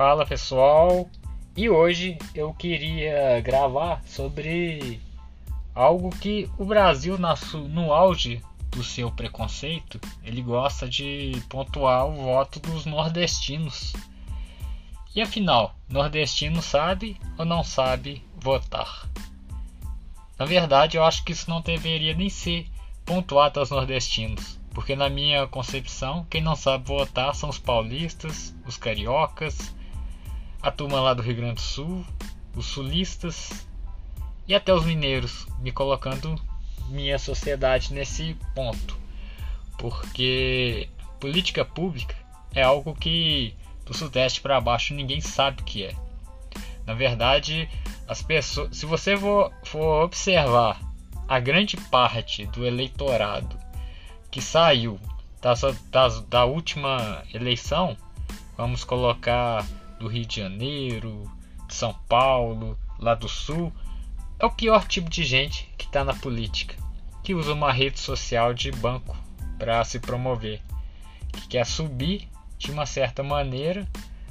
Fala pessoal, e hoje eu queria gravar sobre algo que o Brasil, no auge do seu preconceito, ele gosta de pontuar o voto dos nordestinos. E afinal, nordestino sabe ou não sabe votar? Na verdade, eu acho que isso não deveria nem ser pontuado aos nordestinos, porque na minha concepção, quem não sabe votar são os paulistas, os cariocas, a turma lá do Rio Grande do Sul, os sulistas e até os mineiros, me colocando minha sociedade nesse ponto, porque política pública é algo que do Sudeste para baixo ninguém sabe o que é. Na verdade, as pessoas, se você for observar a grande parte do eleitorado que saiu da última eleição, vamos colocar do Rio de Janeiro, de São Paulo, lá do Sul, é o pior tipo de gente que está na política, que usa uma rede social de banco para se promover, que quer subir de uma certa maneira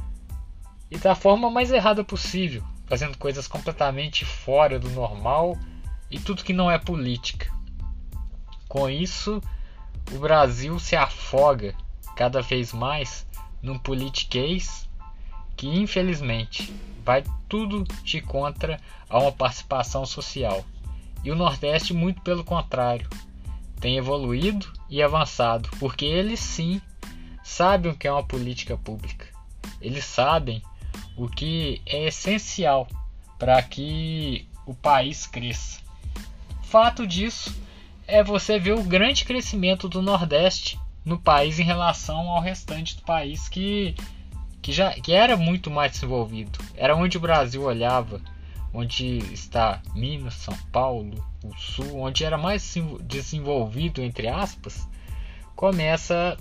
e da forma mais errada possível, fazendo coisas completamente fora do normal e tudo que não é política. Com isso, o Brasil se afoga cada vez mais num politiquês que infelizmente vai tudo de contra a uma participação social. E o Nordeste, muito pelo contrário, tem evoluído e avançado, porque eles sim sabem o que é uma política pública. Eles sabem o que é essencial para que o país cresça. Fato disso é você ver o grande crescimento do Nordeste no país em relação ao restante do país que era muito mais desenvolvido. Era onde o Brasil olhava, onde está Minas, São Paulo, o Sul, onde era mais desenvolvido, entre aspas, começa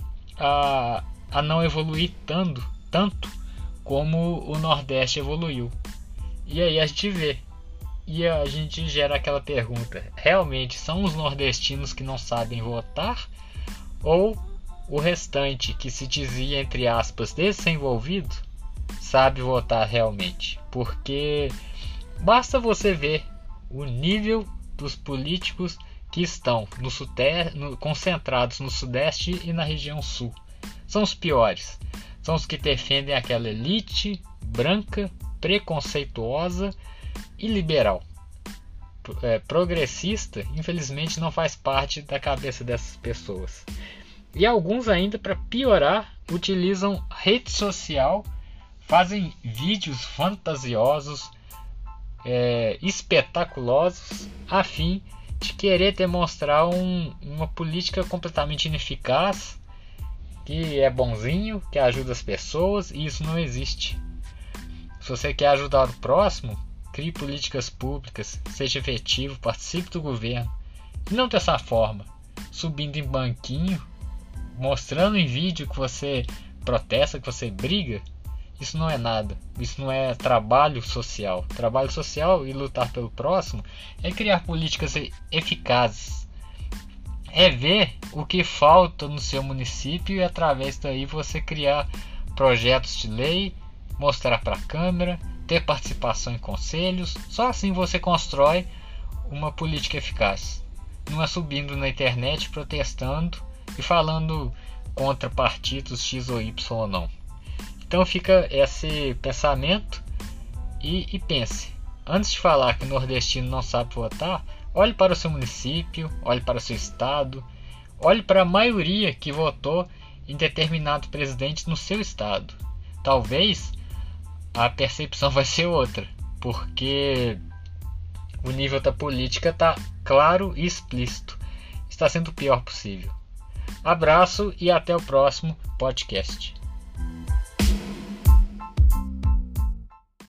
a não evoluir tanto como o Nordeste evoluiu. E aí a gente vê, e a gente gera aquela pergunta: realmente são os nordestinos que não sabem votar? Ou o restante, que se dizia, entre aspas, desenvolvido, sabe votar realmente? Porque basta você ver o nível dos políticos que estão concentrados no Sudeste e na região Sul. São os piores. São os que defendem aquela elite branca, preconceituosa e liberal. Progressista, infelizmente, não faz parte da cabeça dessas pessoas. E alguns ainda, para piorar, utilizam rede social, fazem vídeos fantasiosos, espetaculosos, a fim de querer demonstrar uma política completamente ineficaz, que é bonzinho, que ajuda as pessoas, e isso não existe. Se você quer ajudar o próximo, crie políticas públicas, seja efetivo, participe do governo, e não dessa forma, subindo em banquinho, mostrando em vídeo que você protesta, que você briga. Isso não é nada. Isso não é trabalho social. Trabalho social e lutar pelo próximo é criar políticas eficazes. É ver o que falta no seu município e através daí você criar projetos de lei, mostrar para a Câmara, ter participação em conselhos. Só assim você constrói uma política eficaz. Não é subindo na internet protestando e falando contra partidos X ou Y ou não. Então fica esse pensamento e pense. Antes de falar que o nordestino não sabe votar, olhe para o seu município, olhe para o seu estado, olhe para a maioria que votou em determinado presidente no seu estado. Talvez a percepção vai ser outra, porque o nível da política está claro e explícito. Está sendo o pior possível. Abraço e até o próximo podcast.